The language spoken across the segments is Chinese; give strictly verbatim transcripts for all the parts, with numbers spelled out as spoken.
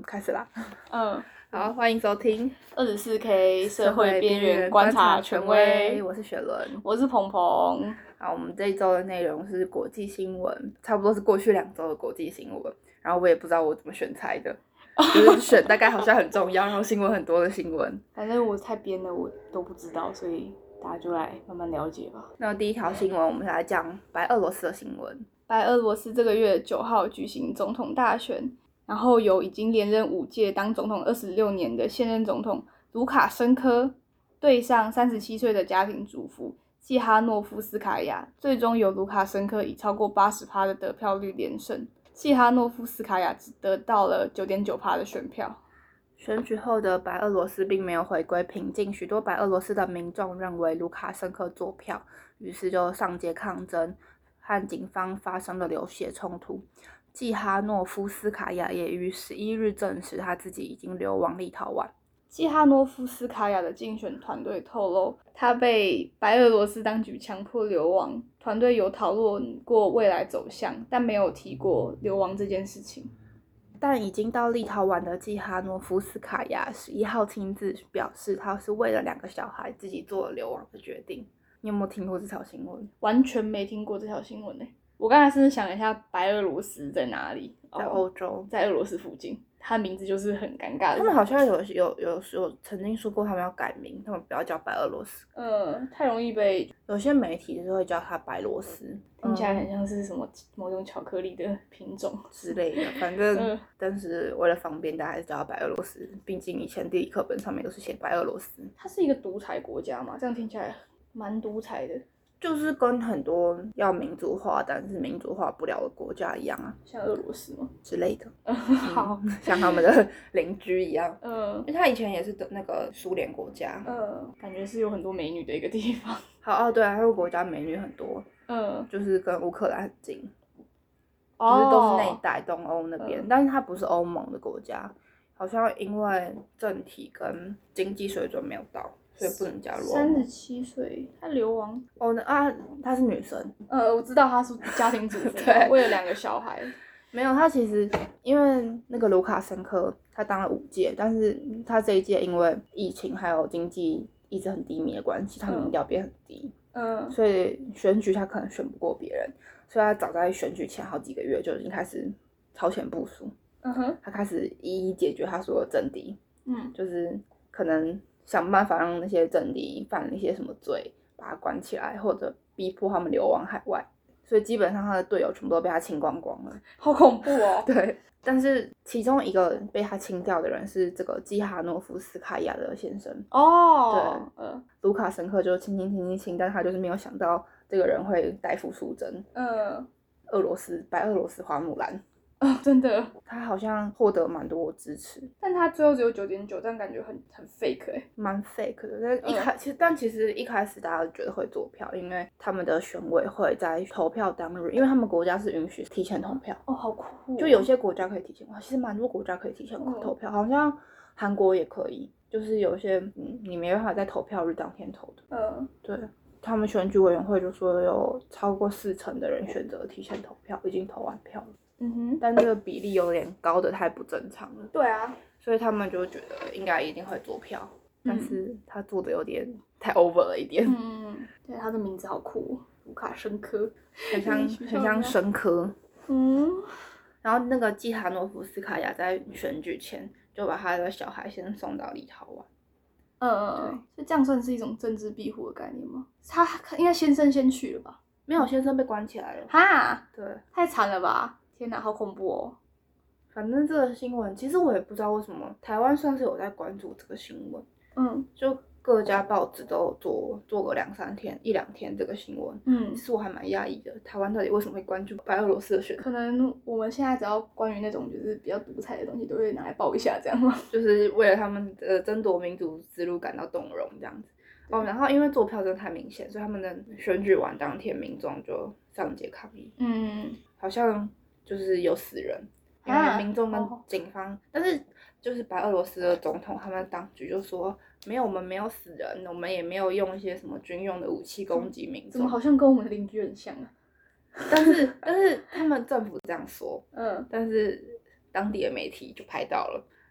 开始啦。 嗯， 好，欢迎收听二十四 K 社会边缘观察权威， 我是雪伦， 我是鹏鹏。 好，我们这一周的内容是国际新闻，差不多是过去两周的国际新闻。然后我也不知道我怎么选材的，就是选大概好像很重要，然后新闻很多的新闻。 反正我太编了，我都不知道，所以大家就来慢慢了解吧。 那第一条新闻，我们来讲白俄罗斯的新闻。 白俄罗斯这个月九号举行总统大选，然后有已经连任五届当总统二十六年的现任总统卢卡申科对上三十七岁的家庭主妇季哈诺夫斯卡娅，最终由卢卡申科以超过 百分之八十 的得票率连胜，季哈诺夫斯卡娅只得到了 百分之九点九 的选票。 选举后的白俄罗斯并没有回归平静，许多白俄罗斯的民众认为卢卡申科作票，于是就上街抗争，和警方发生了流血冲突。季哈诺夫斯卡娅也于十一日证实他自己已经流亡立陶宛。 季哈诺夫斯卡娅的竞选团队透露，他被白俄罗斯当局强迫流亡，团队有讨论过未来走向，但没有提过流亡这件事情。 但已经到立陶宛的季哈诺夫斯卡娅十一号亲自表示，他是为了两个小孩自己做了流亡的决定。你有没有听过这条新闻？ 完全没听过这条新闻呢、欸。我刚才甚至想了一下，白俄罗斯在哪里？ 在欧洲， 哦、在俄罗斯附近。他的名字就是很尴尬的。 他们好像有有有有曾经说过，他们要改名，他们不要叫白俄罗斯。 嗯，太容易被有些媒体就会叫它白罗斯， 听起来很像是什么、嗯、某种巧克力的品种之类的。反正，但是为了方便，大家还是叫它白俄罗斯。毕竟以前地理课本上面都是写白俄罗斯。 它是一个独裁国家嘛？这样听起来蛮独裁的。 就是跟很多要民主化但是民主化不了的国家一样啊， 像俄罗斯吗？ 之类的。 嗯，好， 像他们的邻居一样。 嗯， 因为他以前也是那个苏联国家。 嗯，感觉是有很多美女的一个地方。 好哦，对啊，他们国家美女很多。 嗯， 就是跟乌克兰很近， 哦、 就是都是那一带东欧那边、嗯，但是它不是欧盟的国家，好像因为政体跟经济水准没有到。所以不能加入。 三十七岁，他流亡。 哦，那啊，她是女生。 呃，我知道她是家庭主妇， 对， 为了两个小孩。 没有，她其实因为那个卢卡申科，他当了五届，但是他这一届因为疫情还有经济一直很低迷的关系，他民调变很低。嗯。所以选举他可能选不过别人，所以他早在选举前好几个月就已经开始超前部署。嗯哼。他开始一一解决他所有政敌。嗯。就是可能。想办法让那些政敌犯了一些什么罪，把他关起来，或者逼迫他们流亡海外。所以基本上他的队友全部都被他清光光了， 好恐怖哦。 对，但是其中一个被他清掉的人是这个季哈诺夫斯卡娅的先生。 哦， 对，呃，卢卡申科就清清清清清，但他就是没有想到这个人会代父出征。嗯，俄罗斯白俄罗斯花木兰。 哦，真的， 他好像获得蛮多支持， 但他最后只有 九点九，这样感觉很很 fake 哎、欸， 蛮 fake 的。但一开、嗯、其实但其实一开始大家都觉得会做票，因为他们的选委会在投票当日，因为他们国家是允许提前投票。 哦，好酷、哦！ 就有些国家可以提前，其实蛮多国家可以提前投票，嗯、好像韩国也可以，就是有些嗯你没办法在投票日当天投的。嗯，对。他们选举委员会就说有超过四成的人选择提前投票，已经投完票了。嗯哼，但这个比例有点高的太不正常了。 对啊， 所以他们就觉得应该一定会做票，嗯、但是他做的有点太 over 了一点。 嗯，对，他的名字好酷，卢卡申科， 很像很像申科。嗯，然后那个季哈诺夫斯卡娅在选举前就把他的小孩先送到立陶宛。 嗯嗯嗯，所以这样算是一种政治庇护的概念吗？他应该先生先去了吧？ 没有，先生被关起来了。 哈， 对， 太惨了吧！天哪，好恐怖哦！ 反正这个新闻，其实我也不知道为什么台湾算是有在关注这个新闻。嗯，就各家报纸都有做做个两三天、一两天这个新闻。嗯，其实我还蛮讶异的，台湾到底为什么会关注白俄罗斯的选？ 可能我们现在只要关于那种就是比较独裁的东西，都会拿来报一下，这样吗？ 就是为了他们的争夺民主之路感到动容，这样子。哦，然后因为做票真的太明显，所以他们的选举完当天，民众就上街抗议。嗯，好像就是有死人，因为民众跟警方，啊、但是就是白俄罗斯的总统他们当局就说，没有，我们没有死人，我们也没有用一些什么军用的武器攻击民众。 怎么好像跟我们的邻居很像啊？ 但是但是他们政府这样说，嗯，但是当地的媒体就拍到了。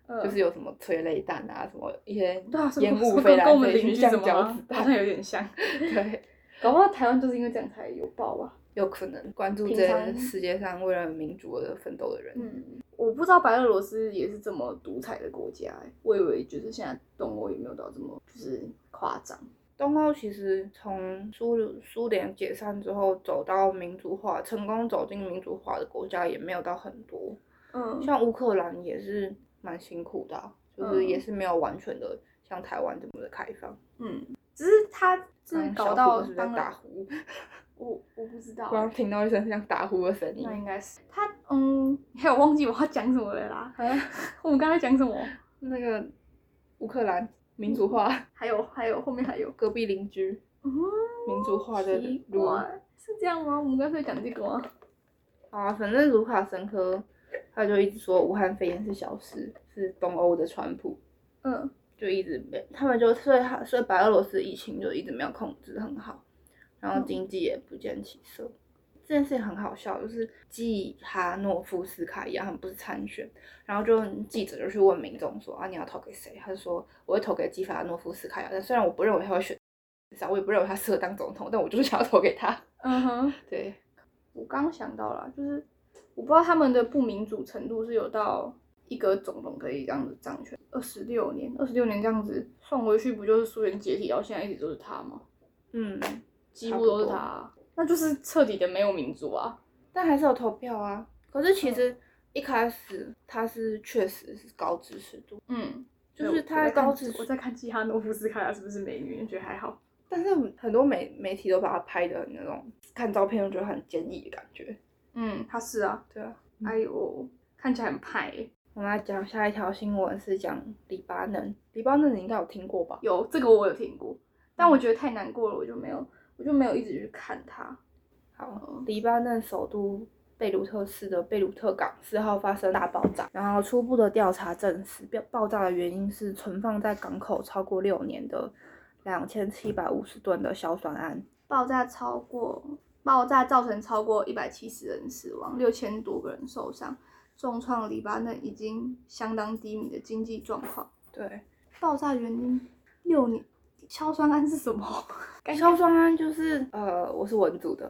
嗯、就是有什么催泪弹啊，什么一些烟雾飞来飞去， 像胶子弹， 好像有点像。 对， 搞不好台湾就是因为这样才有爆吧。 有可能关注这世界上为了民主而奋斗的人。 嗯，我不知道白俄罗斯也是这么独裁的国家、欸，我以为就是现在东欧也没有到这么就是夸张。 东欧其实从苏苏联解散之后走到民主化，成功走进民主化的国家也没有到很多。嗯，像乌克兰也是蛮辛苦的、啊，就是也是没有完全的像台湾这么的开放。 嗯，只是他是搞到是在打呼。 我我不知道、欸， 刚刚听到一声像打呼的声音， 那应该是他。嗯，还有忘记我要讲什么了啦？我们刚才讲什么？ 那个乌克兰民主化， 嗯、还有还有后面还有隔壁邻居，嗯，民主化的路， 是这样吗？我们刚才讲这个吗？ 啊，反正卢卡申科他就一直说武汉肺炎是小事，是东欧的川普，嗯，就一直没，他们就所以所以白俄罗斯疫情就一直没有控制很好。然后经济也不见起色，嗯、这件事情很好笑，就是季哈诺夫斯卡娅他们不是参选，然后就记者就去问民众说啊你要投给谁？他就说我会投给季哈诺夫斯卡娅，但虽然我不认为他会选上，我也不认为他适合当总统，但我就是想要投给他。嗯哼，对， 我刚想到了，就是我不知道他们的不民主程度是有到一个总统可以这样子掌权二十六年，二十六年这样子算回去，不就是苏联解体到现在一直都是他吗？嗯。几乎都是他、啊，那就是彻底的没有民主啊。 但还是有投票啊。可是其实一开始他是确实是高支持度，嗯，就是他高支持。 我在看季哈诺夫斯卡娅是不是美女，觉得还好。 但是很多媒媒体都把他拍的那种，看照片就觉得很坚毅的感觉。 嗯，他是啊， 对啊。 哎呦，看起来很派欸。 我们来讲下一条新闻，是讲黎巴嫩。黎巴嫩你应该有听过吧？ 有，这个我有听过，但我觉得太难过了，我就没有。我就没有一直去看它。 好，黎巴嫩首都贝鲁特市的贝鲁特港四号发生大爆炸，然后初步的调查证实，爆炸的原因是存放在港口超过六年的两千七百五十吨的硝酸铵。 爆炸超过，爆炸造成超过一百七十人死亡，六千多个人受伤，重创黎巴嫩已经相当低迷的经济状况。 对， 爆炸原因六年。硝酸铵是什么？ 硝酸铵就是呃，我是文组的，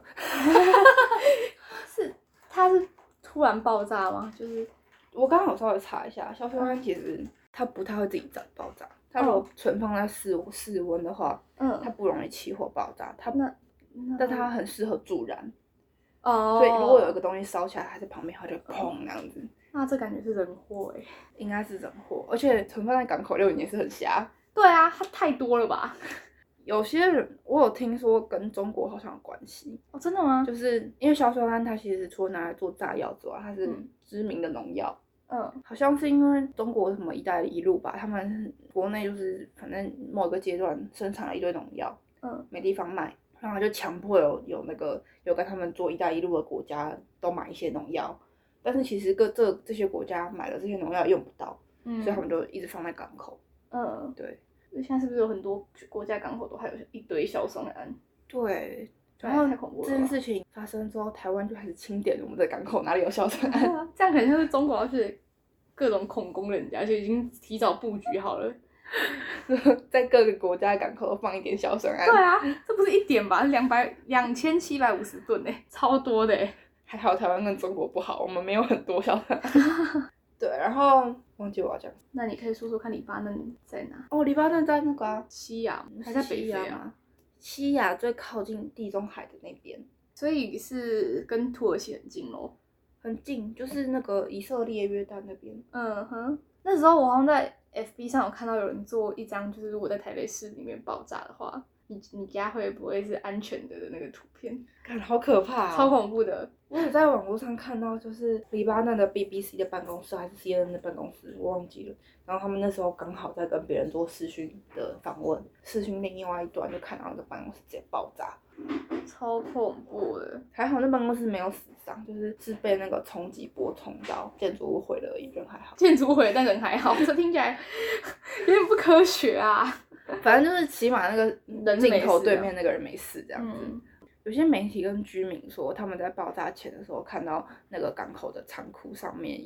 是它是突然爆炸吗？就是我刚刚有稍微查一下，硝酸铵其实它不太会自己爆炸，它如果存放在室室温的话，嗯，它不容易起火爆炸，它那但它很适合助燃，哦，所以如果有一个东西烧起来，它在旁边，它就砰那样子。 那这感觉是人祸哎， 应该是人祸，而且存放在港口六年也是很瞎。 对啊，它太多了吧？ 有些人我有听说跟中国好像有关系哦，真的吗？ 就是因为硝酸铵它其实除了拿来做炸药之外，它是知名的农药。嗯，好像是因为中国什么一带一路吧，他们国内就是反正某个阶段生产了一堆农药，嗯，没地方卖，然后就强迫有有那个有跟他们做一带一路的国家都买一些农药，但是其实各这这些国家买的这些农药用不到，嗯，所以他们就一直放在港口。嗯，对。 现在是不是有很多国家港口都还有一堆硝酸铵？ 对，然后这件事情发生之后，台湾就开始清点我们的港口哪里有硝酸铵。 这样可能就是中国要去各种恐攻人家，就已经提早布局好了， 在各个国家港口都放一点硝酸铵。 对啊，这不是一点吧？两百两千七百五十吨哎，超多的哎。 还好台湾跟中国不好，我们没有很多硝酸铵。对，然后忘记我要讲。 那你可以说说看黎巴嫩在哪？ 哦，黎巴嫩在那个、啊、 西亚，还在北非啊？ 西亚最靠近地中海的那边， 所以是跟土耳其很近咯。 很近，就是那个以色列、约旦那边。 嗯哼，那时候我好像在 F B 上有看到有人做一张，就是如果在台北市里面爆炸的话，你你家会不会是安全的的那个图片？ 看，好可怕、哦， 超恐怖的。 我有在网络上看到，就是黎巴嫩的 B B C 的办公室还是 C N N 的办公室，我忘记了。然后他们那时候刚好在跟别人做视讯的访问，视讯另外一端就看到那个办公室直接爆炸， 超恐怖的。 还好那办公室没有死伤，就是是被那个冲击波冲到，建筑物毁了而已，人还好。 建筑物毁了，但人还好，这听起来有点不科学啊。 反正就是起码那个镜头对面那个人没事这样子。嗯，有些媒体跟居民说，他们在爆炸前的时候看到那个港口的仓库上面有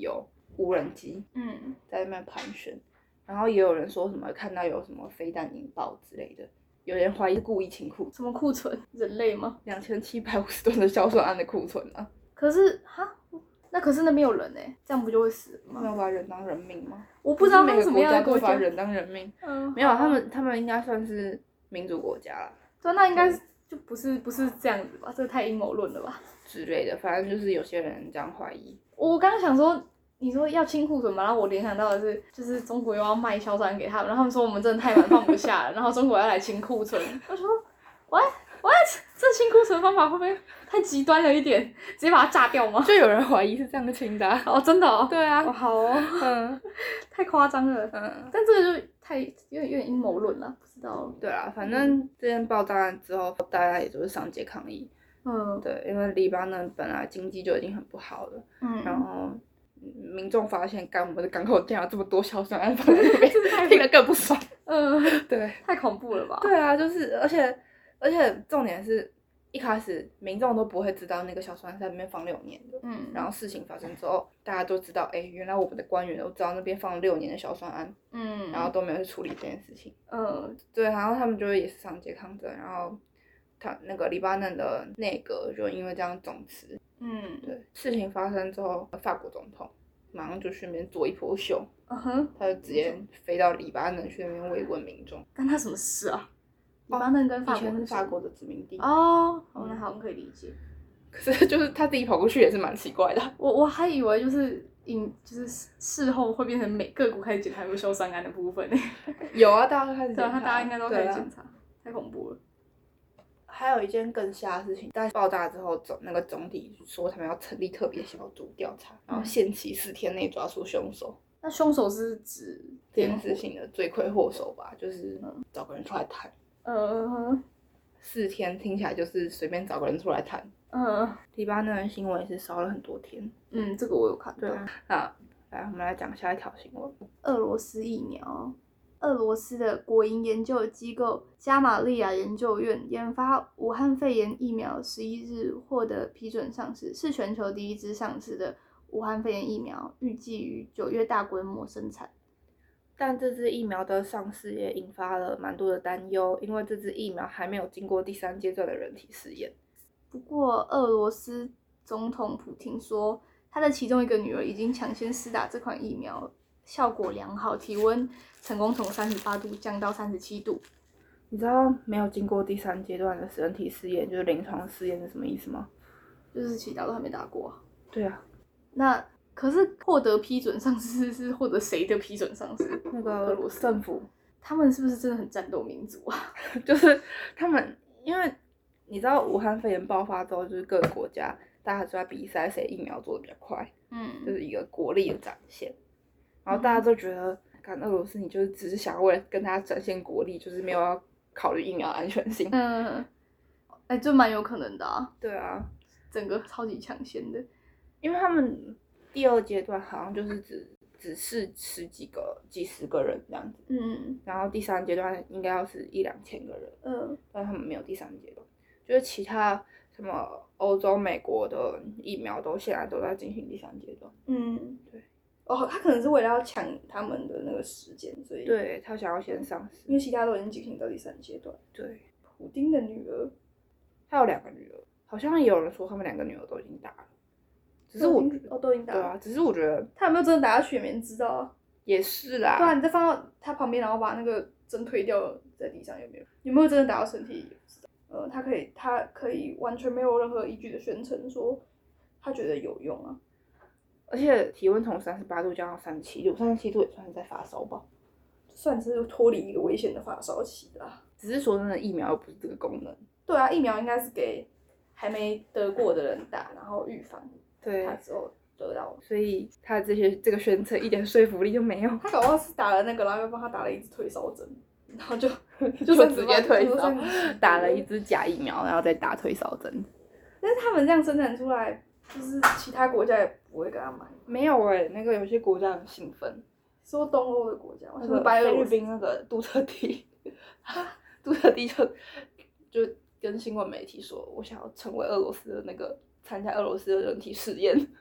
无人机，嗯，在那边盘旋，然后也有人说什么看到有什么飞弹引爆之类的，有人怀疑是故意清库存。 什么库存？人类吗？ 两千七百五十吨的硝酸铵的库存啊！ 可是哈，那可是那边有人哎、欸，这样不就会死吗？ 没有把人当人命吗？ 我不知道他们什么样的国家都把人当人命。嗯，没有，他们他们应该算是民主国家啦。 对，那应该就不是不是这样子吧？这个太阴谋论了吧？ 之类的，反正就是有些人这样怀疑。 我刚刚想说，你说要清库存嘛，然后我联想到的是，就是中国又要卖硝酸给他们，然后他们说我们真的太满放不下了，然后中国要来清库存。我说 ，what what？ 这清库存方法会不会太极端了一点？直接把它炸掉吗？ 就有人怀疑是这样清的、啊。 哦，真的哦。 对啊。 哦、好哦。嗯。太夸张了。嗯。但这个就太有点有点阴谋论了，不知道。 对啊，反正这件爆炸案之后，大家也都是上街抗议。嗯。对，因为黎巴嫩本来经济就已经很不好了。嗯。然后民众发现，干我们的港口竟然有这么多硝酸铵放在那边，听得更不爽。嗯。对。 太恐怖了吧？ 对啊，就是而且而且重点是。一开始民众都不会知道那个硝酸铵在那边放六年的，嗯，然后事情发生之后，大家都知道，哎、欸，原来我们的官员都知道那边放了六年的硝酸铵，嗯，然后都没有去处理这件事情，嗯，对，然后他们就也是上街抗争，然后他那个黎巴嫩的内阁就因为这样总辞，嗯，对，事情发生之后，法国总统马上就去那边做一波秀，嗯哼，他就直接飞到黎巴嫩去那边慰问民众， 干他什么事啊？黎巴嫩跟法国以前是法国的殖民地哦，哦，那好像可以理解。 可是就是他自己跑过去也是蛮奇怪的。 我我还以为就是因就是事后会变成每个股开始检查有硝酸铵的部分呢。 有啊，大家都开始检查。 对啊，大家应该都开始检查，太恐怖了。 还有一件更瞎的事情，在爆炸之后，总那个总理说他们要成立特别小组调查，然后限期四天内抓出凶手。 那凶手是指这件事情的罪魁祸首吧？就是找个人出来谈。嗯，四天听起来就是随便找个人出来谈。嗯，黎巴嫩的新闻也是烧了很多天。 嗯，这个我有看到。 对啊，好，来我们来讲下一条新闻。 俄罗斯疫苗，俄罗斯的国营研究机构加玛利亚研究院研发武汉肺炎疫苗，十一日获得批准上市，是全球第一支上市的武汉肺炎疫苗，预计于九月大规模生产。 但这支疫苗的上市也引发了蛮多的担忧，因为这支疫苗还没有经过第三阶段的人体试验。 不过，俄罗斯总统普廷说，他的其中一个女儿已经抢先施打这款疫苗，效果良好，体温成功从三十八度降到三十七度。 你知道没有经过第三阶段的人体试验，就是临床试验是什么意思吗？ 就是其他都还没打过。 对啊。 那可是获得批准上市是获得谁的批准上市？ 那个俄罗斯政府。 他们是不是真的很战斗民族啊？ 就是他们，因为你知道武汉肺炎爆发之后，就是各个国家大家都在比赛谁疫苗做的比较快，嗯，就是一个国力的展现。然后大家都觉得，看俄罗斯，你就是只是想要为了跟大家展现国力，就是没有要考虑疫苗安全性。 嗯，哎、欸，这蛮有可能的啊。 对啊， 整个超级抢先的， 因为他们。第二阶段好像就是只只是十几个、几十个人这样子，嗯，然后第三阶段应该要是一两千个人，嗯，但他们没有第三阶段，就是其他什么欧洲、美国的疫苗都现在都在进行第三阶段，嗯，对， 哦，他可能是为了要抢他们的那个时间，所以对他想要先上市， 因为其他都已经进行到第三阶段， 对， 普丁的女儿， 他有两个女儿，好像也有人说他们两个女儿都已经打了。只是我哦都已经打了， 对啊，只是我觉得他有没有真的打下去也没人知道啊。 也是啦。 对啊，你再放到他旁边，然后把那个针推掉在地上，有没有？有没有真的打到身体也不知道。呃，他可以，他可以完全没有任何依据的宣称说他觉得有用啊。 而且体温从三十八度降到三十七度，三十七度也算是在发烧吧， 算是脱离一个危险的发烧期啦。 只是说真的，疫苗又不是这个功能。 对啊，疫苗应该是给还没得过的人打，然后预防。 对， 他之后得到， 所以他这些这个宣称一点说服力都没有。 他搞不好是打了那个，然后又帮他打了一支退烧针，然后就就直接退烧，打了一支假疫苗，然后再打退烧针。 但是他们这样生产出来，就是其他国家也不会给他买。 没有哎、欸，那个有些国家很兴奋， 说东欧的国家， 那个菲律宾那个杜特地，杜特地就就跟新闻媒体说，我想要成为俄罗斯的那个。参加俄罗斯的人体试验，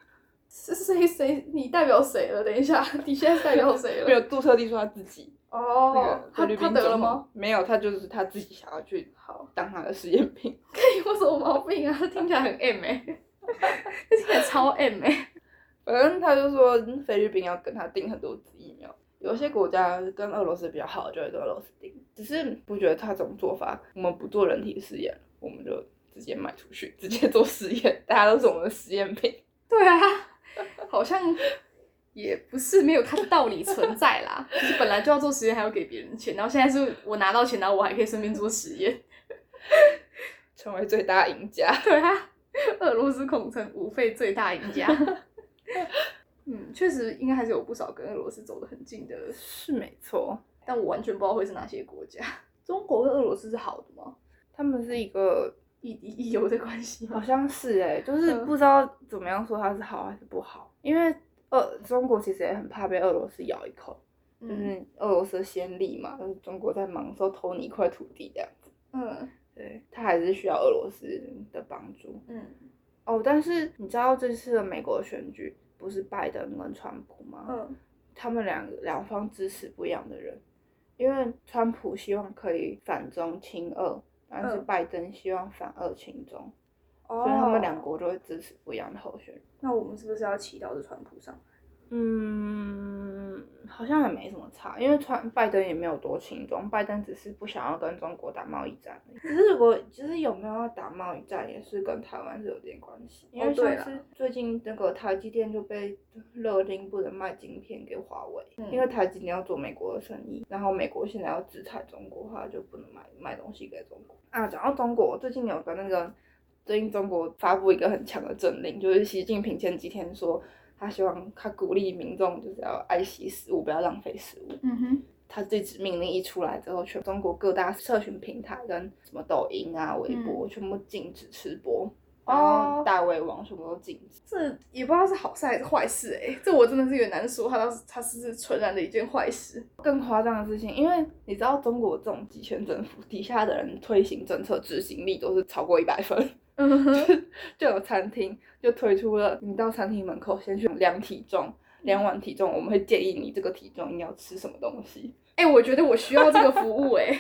是谁谁？你代表谁了？等一下，你现在是代表谁了？ 没有，杜特地说他自己。 哦，那个他他得了吗？ 没有，他就是他自己想要去当他的实验品。 可以有什么毛病啊？听起来很 M 哎、欸，听起来超 M 哎、欸。 反正他就说菲律宾要跟他订很多支疫苗，有些国家跟俄罗斯比较好，就会跟俄罗斯订。只是不觉得他这种做法，我们不做人体实验，我们就直接卖出去，直接做实验，大家都是我们的实验品。 对啊，好像。也不是没有它的道理存在啦，就是本来就要做实验，还要给别人钱，然后现在是我拿到钱，然后我还可以顺便做实验， 成为最大赢家。 对啊，俄罗斯恐成五费最大赢家。嗯，确实应该还是有不少跟俄罗斯走得很近的， 是没错， 但我完全不知道会是哪些国家。中国跟俄罗斯是好的吗？ 他们是一个亦敌亦友的关系吗？ 好像是哎、欸，就是不知道怎么样说它是好还是不好，因为。俄中国其实也很怕被俄罗斯咬一口，嗯、就是俄罗斯的先例嘛，就是中国在忙的时候偷你一块土地这样子。嗯，对，他还是需要俄罗斯的帮助。嗯，哦，但是你知道这次的美国选举不是拜登跟川普吗？嗯，他们两两方支持不一样的人，因为川普希望可以反中亲俄，但是拜登希望反俄亲中。所以他们两国就会支持不一样的候选人。 那我们是不是要祈祷着川普上？ 嗯，好像也没什么差，因为川拜登也没有多亲中，拜登只是不想要跟中国打贸易战。只是如果其实有没有要打贸易战，也是跟台湾是有点关系。因为像是最近那个台积电就被勒令不能卖晶片给华为，嗯、因为台积电要做美国的生意，然后美国现在要制裁中国的话，就不能卖卖东西给中国。啊，讲到中国，最近有个那个。最近中国发布一个很强的政令，就是习近平前几天说，他希望他鼓励民众就是要爱惜食物，不要浪费食物。嗯哼，他这纸命令一出来之后，全中国各大社群平台跟什么抖音啊、微博、嗯、全部禁止吃播，然后大胃王全部都禁止。 这也不知道是好事还是坏事哎、欸，这我真的是有点难说，它倒是它是纯然的一件坏事。 更夸张的事情，因为你知道中国这种集权政府底下的人推行政策执行力都是超过一百分。就, 就有餐厅就推出了，你到餐厅门口先去量体重，量完体重我们会建议你这个体重应该要吃什么东西。 哎、欸，我觉得我需要这个服务哎、欸，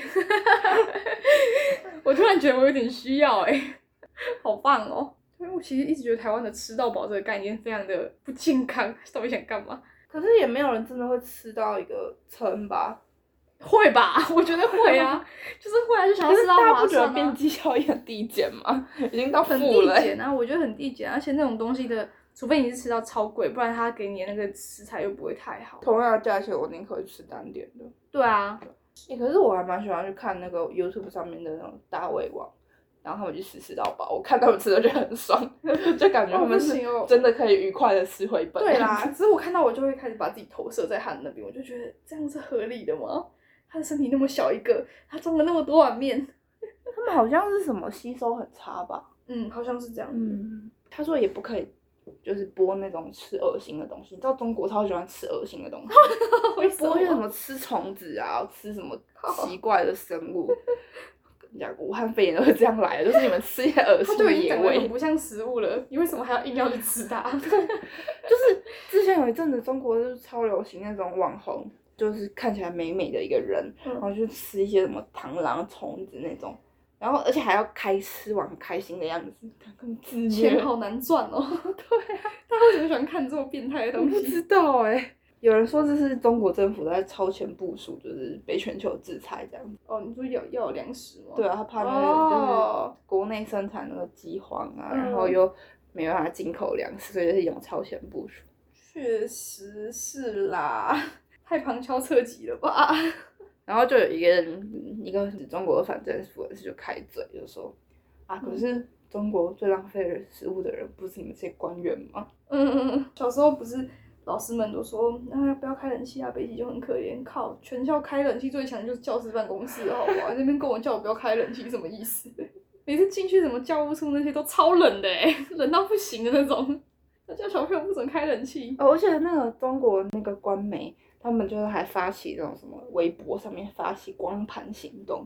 我突然觉得我有点需要哎、欸，好棒哦！因为我其实一直觉得台湾的吃到饱这个概念非常的不健康，到底想干嘛？ 可是也没有人真的会吃到一个撑吧。 会吧，我觉得会啊，就是会啊，就想要吃到划算啊。 大家不觉得边际效益很递减吗？已经到负了、欸。 很递减啊，我觉得很递减，而且那种东西的，除非你是吃到超贵，不然他给你的那个食材又不会太好。 同样的价钱，我宁可吃单点的。 对啊。 欸、可是我还蛮喜欢去看那个 YouTube 上面的那种大胃王，然后他们去吃吃到饱，我看他们吃的就很爽，就感觉他们是真的可以愉快的吃回本。 对啦，只是我看到我就会开始把自己投射在他那边，我就觉得这样是合理的吗？他的身体那么小一个，他装了那么多碗面， 他们好像是什么吸收很差吧？ 嗯，好像是这样子。 嗯，他说也不可以，就是播那种吃恶心的东西。你知道中国超喜欢吃恶心的东西，会播一些什么吃虫子啊，吃什么奇怪的生物。跟你讲，武汉肺炎都是这样来的，就是你们吃一些恶心的野味， 不像食物了，你为什么还要硬要去吃它？ 就是之前有一阵子中国就是超流行那种网红。就是看起来美美的一个人，嗯、然后就吃一些什么螳螂、虫子那种，然后而且还要开吃完开心的样子，很自虐。 钱好难赚哦。 对啊， 大家为什么喜欢看这么变态的东西？ 我不知道哎、欸。有人说这是中国政府在超前部署，就是被全球制裁这样子。 哦，你说要要有粮食吗？ 对啊，他怕那个就是国内生产那个饥荒啊，哦、然后又没办法进口粮食，所以就是用超前部署。 确实是啦。太旁敲侧击了吧！ 然后就有一个人，一个中国的反政府人士就开嘴，就说啊，可是中国最浪费食物的人不是你们这些官员吗？ 嗯嗯嗯。小时候不是老师们都说，啊不要开冷气啊，北极就很可怜。靠，全校开冷气最强就是教师办公室，好不好？那边跟我叫我不要开冷气，什么意思？每次进去什么教务处那些都超冷的哎、欸，冷到不行的那种。叫小朋友不准开冷气。 哦，而且那个中国那个官媒。他们就是还发起这种什么微博上面发起光盘行动，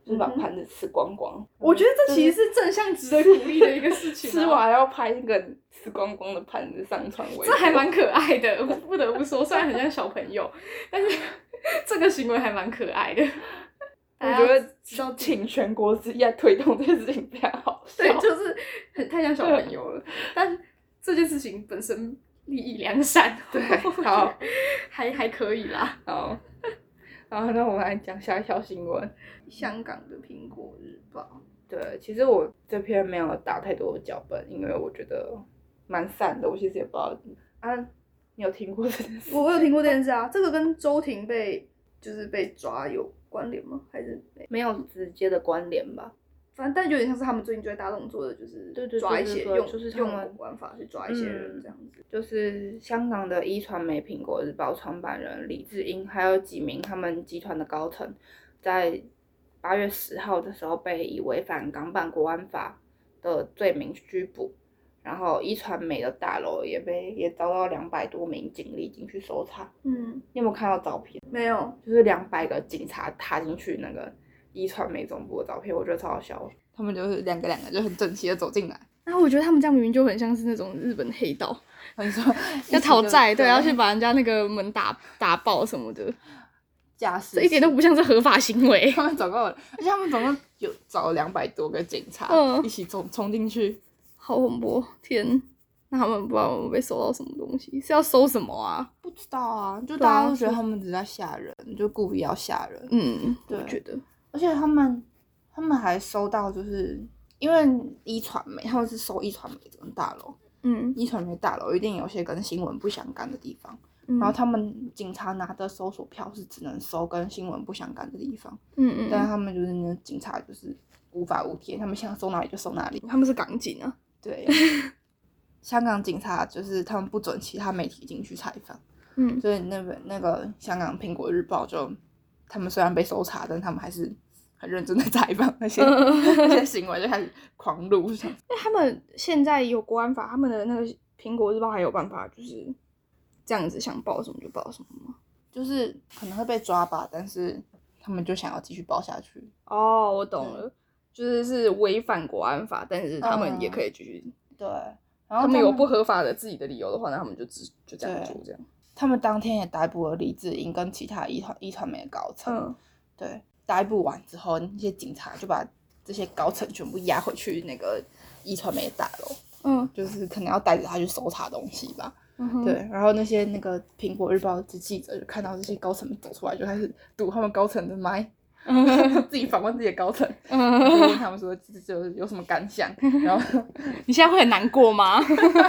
就是把盘子吃光光。 我觉得这其实是正向值得鼓励的一个事情、啊。 吃完还要拍那个吃光光的盘子上传微博， 这还蛮可爱的，我不得不说，虽然很像小朋友，但是这个行为还蛮可爱的。 我觉得请全国之力来推动这件事情非常好笑。 对，就是很太像小朋友了，但这件事情本身利益良善， 对，好， 还还可以啦。 好，然后那我们来讲下一条新闻， 香港的《苹果日报》。 对，其实我这篇没有打太多的脚本，因为我觉得蛮散的，我其实也不知道啊，你有听过这件事？ 我有听过这件事啊，这个跟周庭被就是被抓有关联吗？还是没有直接的关联吧？ 反正但有点像是他们最近最大动作的，就是抓一些用就是用国安法去抓一些人这样子。 嗯、就是香港的一传媒《苹果日报》创办人李志英，还有几名他们集团的高层，在八月十号的时候被以违反港版国安法的罪名拘捕。然后一传媒的大楼也被也遭到两百多名警力进去搜查。嗯，你有没有看到照片？ 没有， 就是两百个警察踏进去那个一传媒总部的照片，我觉得超好笑。他们就是两个两个就很整齐的走进来。 然后我觉得他们这样明明就很像是那种日本黑道， 你说要讨债，对，要去把人家那个门打打爆什么的。 架势， 这一点都不像是合法行为。 他们总共，而且他们总共有找了两百多个警察，嗯、一起冲冲进去。 好恐怖！天，那他们不知道我们被搜到什么东西，是要搜什么啊？ 不知道啊，就大家都觉得他们只是在吓人，就故意要吓人。 嗯，对，我觉得。 而且他们，他们还收到，就是因为一传媒，他们是收一传媒这种大楼，嗯，一传媒大楼一定有些跟新闻不相干的地方，嗯、然后他们警察拿的搜索票是只能搜跟新闻不相干的地方，嗯嗯，但是他们就是那警察就是无法无天，他们想搜哪里就搜哪里， 他们是港警啊。 对，香港警察就是他们不准其他媒体进去采访，嗯，所以那个那个香港苹果日报就，他们虽然被搜查，但他们还是很认真的采访那些那些行为，就开始狂录。 那他们现在有国安法，他们的那个苹果日报还有办法就是这样子想报什么就报什么吗？ 就是可能会被抓吧，但是他们就想要继续报下去。 哦，我懂了。就是是违反国安法，但是他们也可以继续、 嗯、对， 然后他们有不合法的自己的理由的话，那他们就只就这样做这样。 他们当天也逮捕了李志英跟其他一传一传媒的高层，嗯、对，逮捕完之后，那些警察就把这些高层全部押回去那个一传媒的大楼，嗯，就是可能要带着他去搜查东西吧，嗯、对，然后那些那个苹果日报的记者就看到这些高层们走出来，就开始堵他们高层的麦。自己访问自己的高层，就问他们说这这有什么感想，然后你现在会很难过吗？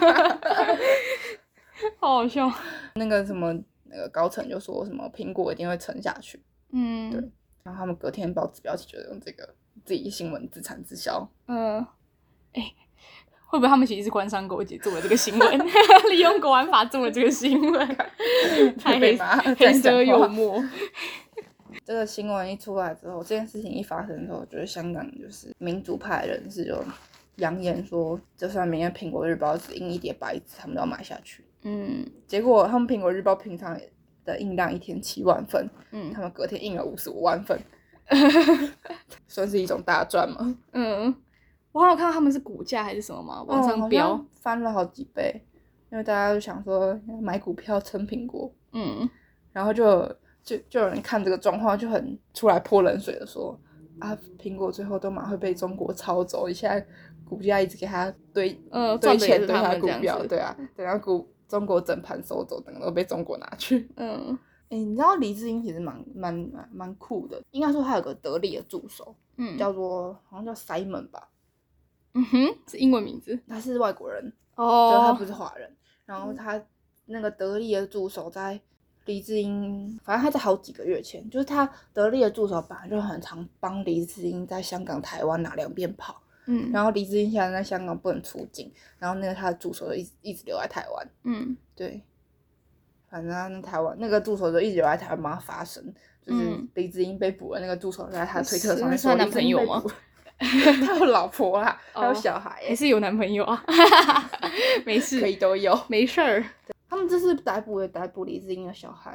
好好笑。 那个什么那个高层就说什么苹果一定会撑下去，嗯，对，然后他们隔天报纸标题就用这个自己新闻自产自销， 嗯，哎、欸，会不会他们其实是官商勾结做了这个新闻，利用国安法做了这个新闻，太黑黑色幽默。 这个新闻一出来之后，这件事情一发生之后，我觉得香港就是民主派人士就扬言说，就算明天苹果日报只印一叠白纸，他们都要买下去。嗯，结果他们苹果日报平常的印量一天七万份，嗯，他们隔天印了五十五万份，算是一种大赚吗？ 嗯，我好像看到他们是股价还是什么嘛，往上飙、 哦，翻了好几倍，因为大家就想说买股票撑苹果，嗯，然后就。就就有人看这个状况就很出来泼冷水的说啊，苹果最后都马会被中国抄走，你现在股价一直给他堆呃堆钱堆他股票，对啊，等下股中国整盘收走，整个都被中国拿去。嗯，哎、欸，你知道李志英其实蛮蛮蛮蛮酷的，应该说他有个得力的助手，嗯，叫做好像叫 Simon 吧， 嗯哼，是英文名字， 他是外国人哦，就他不是华人，然后他那个得力的助手在。李志英，反正他在好几个月前，就是他得力的助手本来就很常帮李志英在香港、台湾哪两边跑，嗯，然后李志英现在在香港不能出境，然后那个他的助手就一直一直留在台湾，嗯，对，反正他那台湾那个助手就一直留在台湾帮他发声，就是李志英被捕了，那个助手在他推特上面说男朋友吗？ 他有老婆啦，还有小孩， 还是有男朋友啊？没事， 可以都有， 没事儿。 他们这次逮捕也逮捕李志英的小孩，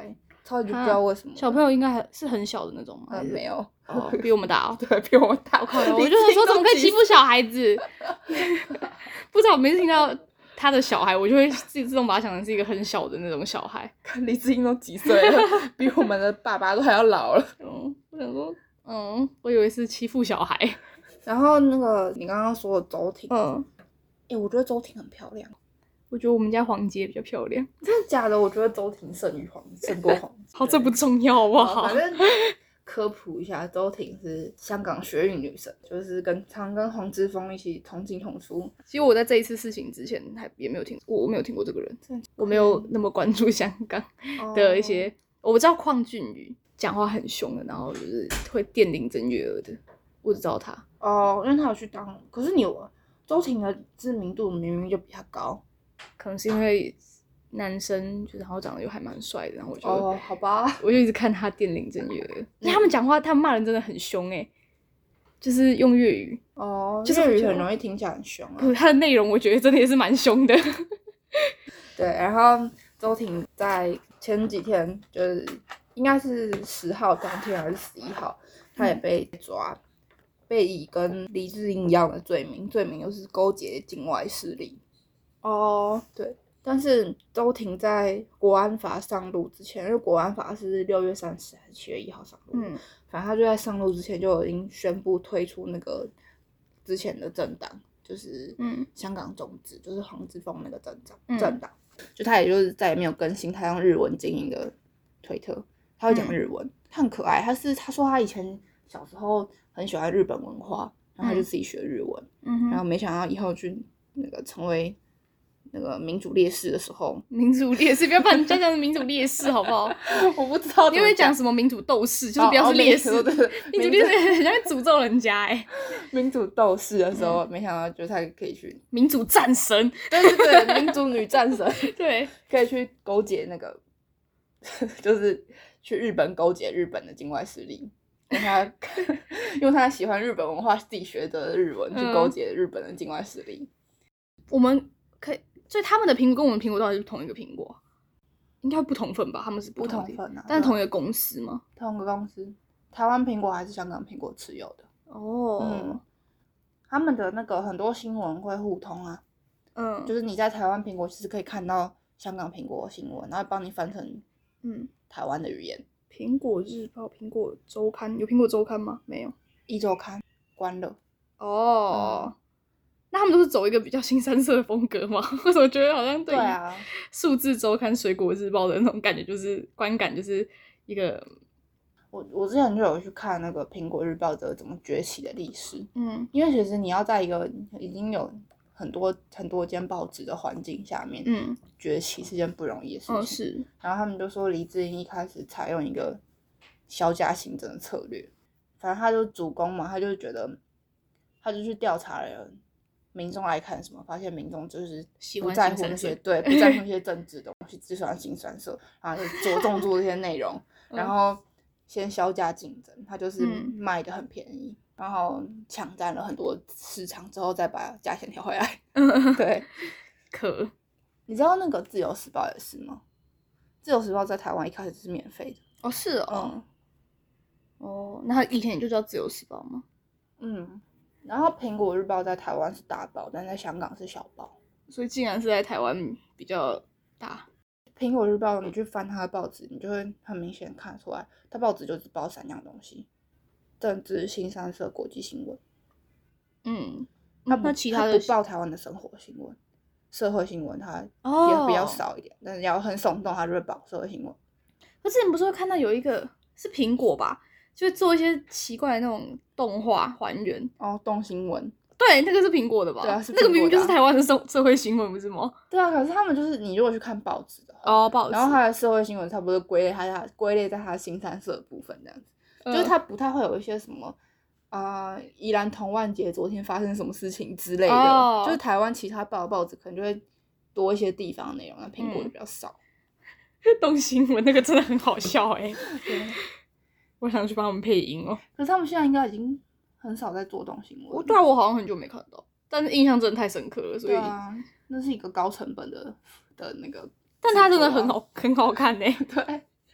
超级不知道为什么。 小朋友应该还是很小的那种吗？ 嗯，没有， 哦，比我们大哦。 对，比我们大。 我靠，我就说怎么可以欺负小孩子？不知道，每次听到他的小孩，我就会自自动把他想成是一个很小的那种小孩。 看李智英都几岁了，比我们的爸爸都还要老了。 嗯，我想说，嗯，我以为是欺负小孩。 然后那个你刚刚说的周婷， 嗯， 哎、欸，我觉得周婷很漂亮。 我觉得我们家黄杰比较漂亮。 真的假的？我觉得周婷胜于黄，胜过黄。 好，这不重要好不好？ 反正科普一下，周婷是香港学运女神，就是跟常跟黄之锋一起同进同出。 其实我在这一次事情之前还也没有听过，我没有听过这个人，我没有那么关注香港的一些。哦、我知道邝俊宇讲话很凶的，然后就是会电铃郑月娥的，我只知道他。 哦，因为他有去当，可是你周婷的知名度明明就比他高。 可能是因为男生就是然后长得又还蛮帅的，然后我就哦，好吧， 我就一直看他电铃郑月娥，因为他们讲话，他们骂人真的很凶哎、欸，就是用粤语哦，就是粤语很容易听起来很凶啊。 不，他的内容我觉得真的也是蛮凶的。 对，然后周婷在前几天就是应该是十号当天还是十一号，她也被抓。嗯，被以跟黎智英一样的罪名，罪名就是勾结境外势力。哦， oh, 对，但是周婷在国安法上路之前，因为国安法是六月三十还是七月一号上路，嗯，反正他就在上路之前就已经宣布退出那个之前的政党，就是香港种子，就是黄之锋那个政党，嗯、政党，就他也就是再也没有更新他用日文经营的推特，他会讲日文，嗯、他很可爱，他是他说他以前小时候很喜欢日本文化，然后他就自己学日文，嗯、然后没想到以后去那个成为那个民主烈士的时候， 民主烈士不要把人家讲民主烈士好不好？ 我不知道你会讲什么民主斗士，就是不要是烈士，哦哦、民主烈士很像诅咒人家哎、欸。 民主斗士的时候，嗯、没想到就他可以去民主战神， 对对对，民主女战神， 对， 可以去勾结那个，就是去日本勾结日本的境外势力。用他用他喜欢日本文化，自己学的日文去勾结日本的境外势力。 嗯、我们可以，所以他们的苹果跟我们苹果到底是同一个苹果？应该不同份吧？他们是不同份啊， 但是同一个公司吗？ 同一个公司，台湾苹果还是香港苹果持有的。 哦， 嗯，他们的那个很多新闻会互通啊。嗯，就是你在台湾苹果其实可以看到香港苹果的新闻，然后帮你翻成嗯台湾的语言。 苹果日报、苹果周刊有苹果周刊吗？没有， 一周刊关了。 哦，嗯、那他们都是走一个比较新三色的风格吗？为什么觉得好像对啊， 数字周刊、水果日报的那种感觉，就是观感就是一个。 我我之前就有去看那个苹果日报的怎么崛起的历史，嗯，因为其实你要在一个已经有很多很多间报纸的环境下面，嗯，崛起是件不容易的事情。 哦，是。 然后他们就说黎智英一开始采用一个削价行政的策略，反正他就主攻嘛，他就觉得，他就去调查了民众爱看什么，发现民众就是不在乎那些对不在乎那些政治的东西，只喜欢新三色，然后就着重做这些内容，然后先削价竞争，他就是卖的很便宜。嗯，然后抢占了很多市场之后，再把价钱调回来。对， 可你知道那个自由时报也是吗？自由时报在台湾一开始是免费的。 哦，是哦。嗯、哦，那他以前也就叫自由时报吗？ 嗯。然后苹果日报在台湾是大报，但在香港是小报。 所以竟然是在台湾比较大。 苹果日报，你去翻它的报纸，你就会很明显看出来，它报纸就只报三样东西。政治、新三色、国际新闻，嗯，他不，其他的他不报台湾的生活新闻、社会新闻，他也比较少一点，哦、但是要很耸动，他就会报社会新闻。 我之前不是会看到有一个是苹果吧，就会做一些奇怪的那种动画还原哦，动新闻， 对，那个是苹果的吧？ 对啊，是那个明明就是台湾的社社会新闻，不是吗？ 对啊，可是他们就是你如果去看报纸的话， 哦，报纸， 然后他的社会新闻差不多归类他归类在他的新三色的部分这样子，嗯、就是他不太会有一些什么。啊、呃，宜兰童万节昨天发生什么事情之类的， oh. 就是台湾其他报报纸可能就会多一些地方内容，那苹果就比较少。 动新闻那个真的很好笑哎、欸，我想去帮他们配音哦。 可是他们现在应该已经很少在做动新闻。 对啊，我好像很久没看到，但是印象真的太深刻了，所以。对啊，那是一个高成本的的那个、啊， 但它真的很好，很好看哎、欸。 对，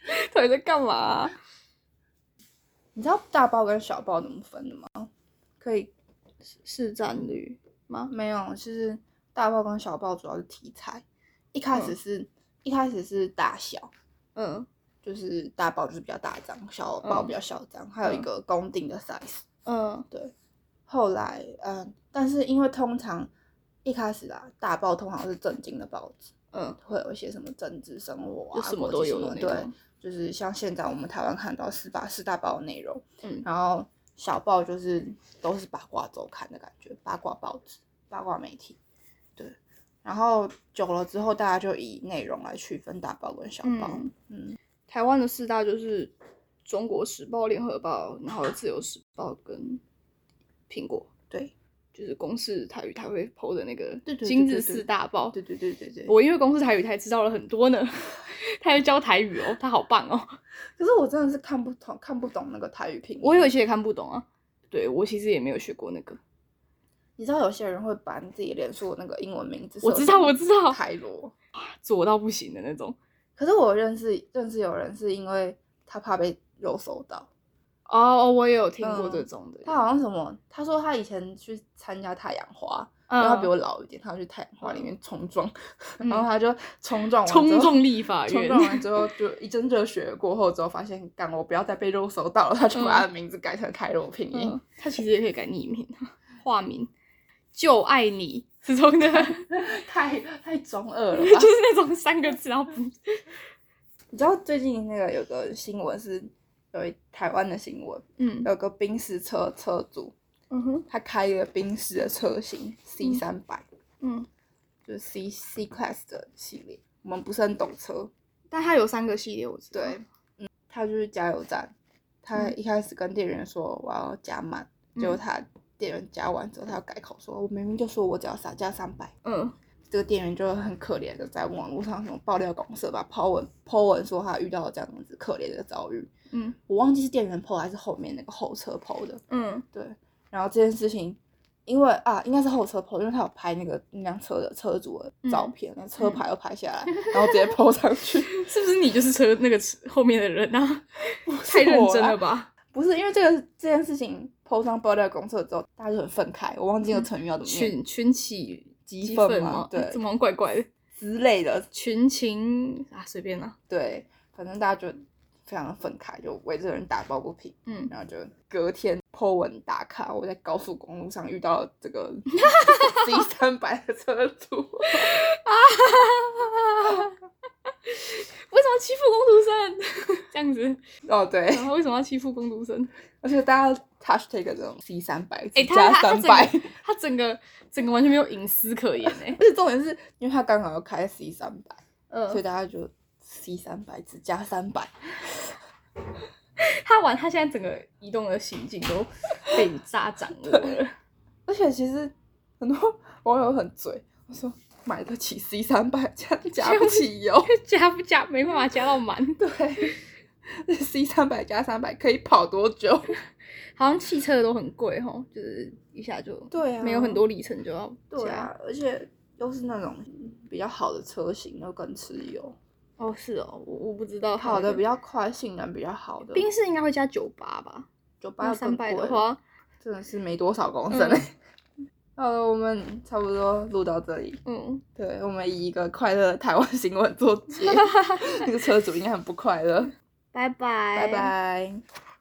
到底在干嘛啊？ 你知道大报跟小报怎么分的吗？可以市占率吗？ 没有，就是大报跟小报主要是题材。一开始是、嗯、一开始是大小，嗯，就是大报就是比较大张，小报比较小张，嗯、还有一个公定的 size，嗯，对。后来，嗯，但是因为通常一开始啊，大报通常是正经的报纸，嗯，会有一些什么政治生活啊， 什么都有的那种， 对，就是像现在我们台湾看到四八四大报的内容，嗯，然后小报就是都是八卦周刊的感觉，八卦报纸、八卦媒体，对。然后久了之后，大家就以内容来区分大报跟小报。嗯， 嗯台湾的四大就是中国时报、联合报，然后自由时报跟苹果。 对， 就是公视台语台会 P O 的那个今日四大报。 对对对对对。 我因为公视台语台知道了很多呢，他还教台语哦，他好棒哦。 可是我真的是看不懂，看不懂那个台语拼音。 我有一些也看不懂啊。对，我其实也没有学过那个。 你知道有些人会把你自己脸书的那个英文名字， 我知道我知道， 台罗， 左到不行的那种。 可是我认识认识有人是因为他怕被肉搜到。 哦，我也有听过这种的。 嗯、他好像什么，他说他以前去参加太阳花，嗯、因为他比我老一点，他去太阳花里面冲撞，嗯、然后他就冲撞完之后， 冲撞立法院， 冲撞完之后就一阵热血过后之后，发现干我不要再被肉搜到了，他就把他的名字改成开罗拼音。 嗯、他其实也可以改匿名、化名。就爱你这种的太太中二了吧， 就是那种三个字然后不你知道最近那个有个新闻是有一台湾的新闻，嗯，有个宾士车车主，嗯哼，他开一个宾士的车型 C 三百，嗯，就是 C C Class 的系列，我们不是很懂车， 但他有三个系列我知道， 对，嗯，他就是加油站，他一开始跟店员说我要加满，结果他。店员加完之后，他要改口说：“我明明就说我只要撒加三百。”嗯，这个店员就很可怜的在网络上什么爆料公社吧，po文 po文说他遇到了这样子可怜的遭遇。嗯，我忘记是店员 po 还是后面那个后车 po 的。嗯，对。然后这件事情，因为啊，应该是后车 po，因为他有拍那个那辆车的车主的照片，那、嗯、车牌又拍下来，嗯、然后直接 po 上去。 是不是你就是车那个后面的人啊？太认真了吧？ 不是，因为这个这件事情 po 上爆料公社之后，大家就很愤慨。我忘记那个成语要怎么念。 群群起激愤吗？对， 怎么怪怪的之类的。 群情啊，随便啦。 对，反正大家就非常的愤慨，就为这个人打抱不平。嗯，然后就隔天 po 文打卡，我在高速公路上遇到这个 C 三百的车主。啊！ 为什么欺负工读生？这样子哦，对。 然后为什么要欺负工读生？ 而且大家 hashtag 这种 C 三百，哎，加三百， 他整个整个完全没有隐私可言哎。 而且重点是因为他刚好要开 C 三百，嗯，所以大家就 C 三百只加三百。 他玩，他现在整个移动的行径都被你炸掌握了。 而且其实很多网友很嘴，我说。买得起 C 三百，加加不起油， 加不加没办法加到满。 对 ，C 三百加三百可以跑多久？ 好像汽车都很贵齁，就是一下就对啊， 没有很多里程就要加。 对啊，而且都是那种比较好的车型，又更吃油。 哦，是哦，我我不知道。 好的比较快，性能比较好的。 宾士应该会加九八吧？ 九八三百的话， 真的是没多少公升嘞。嗯好了，我们差不多录到这里。嗯，对，我们以一个快乐的台湾新闻做结。那个车主应该很不快乐。 拜拜， 拜拜。